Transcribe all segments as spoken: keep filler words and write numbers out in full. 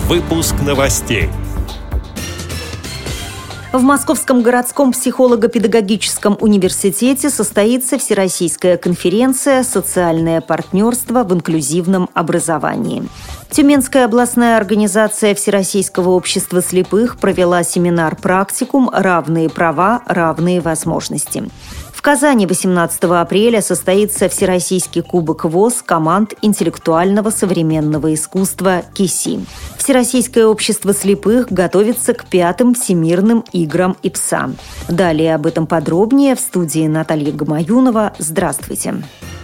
Выпуск новостей. В Московском городском психолого-педагогическом университете состоится Всероссийская конференция «Социальное партнерство в инклюзивном образовании». Тюменская областная организация Всероссийского общества слепых провела семинар-практикум «Равные права, равные возможности». В Казани восемнадцатого апреля состоится Всероссийский кубок ВОС команд интеллектуального современного искусства КИСИ. Всероссийское общество слепых готовится к пятым всемирным играм ИПСА. Далее об этом подробнее в студии Наталья Гамаюнова. Здравствуйте.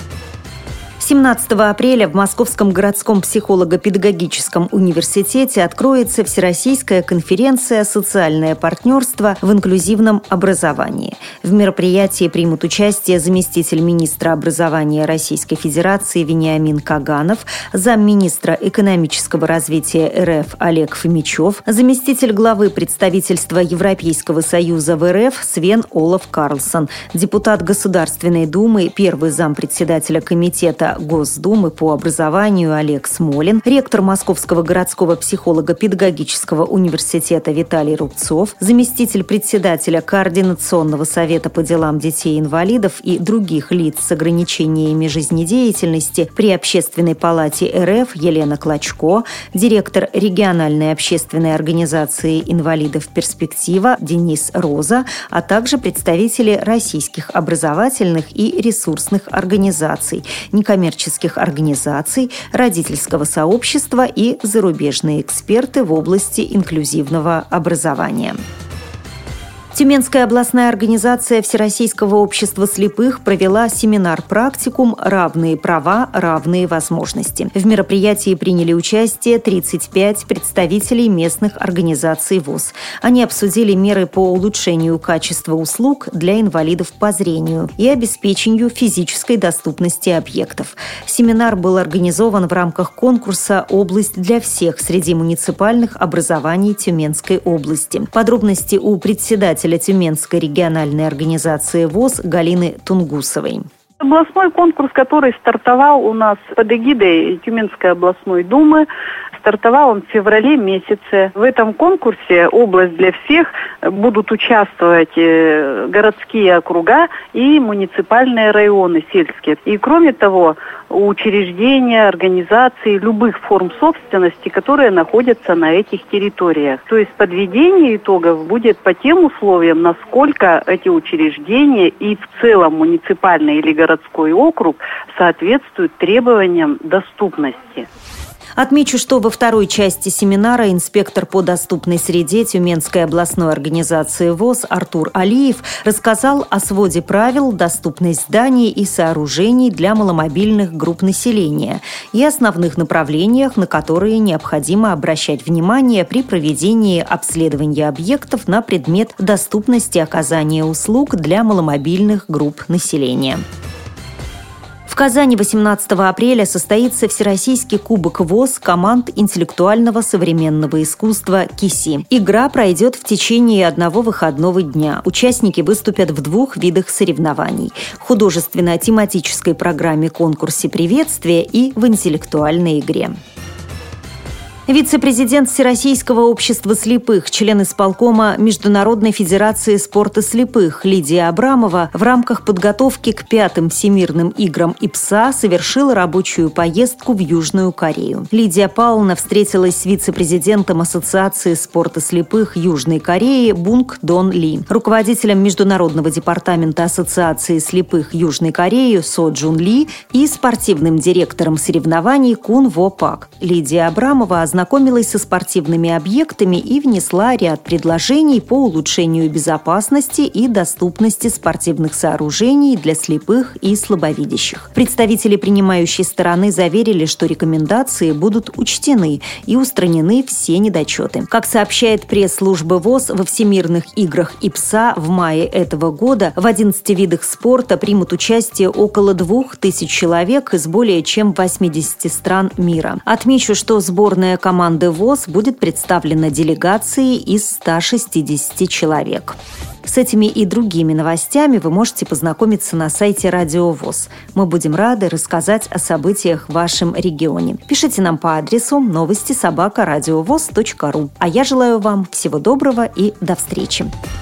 семнадцатого апреля в Московском городском психолого-педагогическом университете откроется Всероссийская конференция «Социальное партнерство в инклюзивном образовании». В мероприятии примут участие заместитель министра образования Российской Федерации Вениамин Каганов, замминистра экономического развития РФ Олег Фомичев, заместитель главы представительства Европейского союза в РФ Свен Олаф Карлсон, депутат Государственной Думы, первый зампредседателя комитета Госдумы по образованию Олег Смолин, ректор Московского городского психолого-педагогического университета Виталий Рубцов, заместитель председателя Координационного совета по делам детей-инвалидов и других лиц с ограничениями жизнедеятельности при Общественной палате РФ Елена Клочко, директор региональной общественной организации инвалидов «Перспектива» Денис Роза, а также представители российских образовательных и ресурсных организаций, некоммерческих организаций, родительского сообщества и зарубежные эксперты в области инклюзивного образования. Тюменская областная организация Всероссийского общества слепых провела семинар-практикум «Равные права, равные возможности». В мероприятии приняли участие тридцать пять представителей местных организаций ВОС. Они обсудили меры по улучшению качества услуг для инвалидов по зрению и обеспечению физической доступности объектов. Семинар был организован в рамках конкурса «Область для всех» среди муниципальных образований Тюменской области. Подробности у председателя Тюменской региональной организации ВОС Галины Тунгусовой. Областной конкурс, который стартовал у нас под эгидой Тюменской областной думы, стартовал он в феврале месяце. В этом конкурсе «Область для всех» будут участвовать городские округа и муниципальные районы сельские. И кроме того, учреждения, организации любых форм собственности, которые находятся на этих территориях. То есть подведение итогов будет по тем условиям, насколько эти учреждения и в целом муниципальный или городской округ соответствуют требованиям доступности. Отмечу, что во второй части семинара инспектор по доступной среде Тюменской областной организации ВОС Артур Алиев рассказал о своде правил доступность зданий и сооружений для маломобильных групп населения и основных направлениях, на которые необходимо обращать внимание при проведении обследования объектов на предмет доступности оказания услуг для маломобильных групп населения. В Казани восемнадцатого апреля состоится Всероссийский кубок ВОС команд интеллектуального современного искусства КИСИ. Игра пройдет в течение одного выходного дня. Участники выступят в двух видах соревнований – художественно-тематической программе конкурсе приветствия и в интеллектуальной игре. Вице-президент Всероссийского общества слепых, член исполкома Международной федерации спорта слепых Лидия Абрамова в рамках подготовки к пятым всемирным играм ИПСА совершила рабочую поездку в Южную Корею. Лидия Павловна встретилась с вице-президентом Ассоциации спорта слепых Южной Кореи Бунг Дон Ли, руководителем Международного департамента Ассоциации слепых Южной Кореи Со Джун Ли и спортивным директором соревнований Кун Во Пак. Лидия Абрамова ознакомилась ознакомилась со спортивными объектами и внесла ряд предложений по улучшению безопасности и доступности спортивных сооружений для слепых и слабовидящих. Представители принимающей стороны заверили, что рекомендации будут учтены и устранены все недочеты. Как сообщает пресс-служба ВОС, во Всемирных играх ИПСА в мае этого года в одиннадцати видах спорта примут участие около двух тысяч человек из более чем восьмидесяти стран мира. Отмечу, что сборная команды ВОС будет представлена делегацией из ста шестидесяти человек. С этими и другими новостями вы можете познакомиться на сайте Радио ВОС. Мы будем рады рассказать о событиях в вашем регионе. Пишите нам по адресу новости собака радиовос точка ру. А я желаю вам всего доброго и до встречи.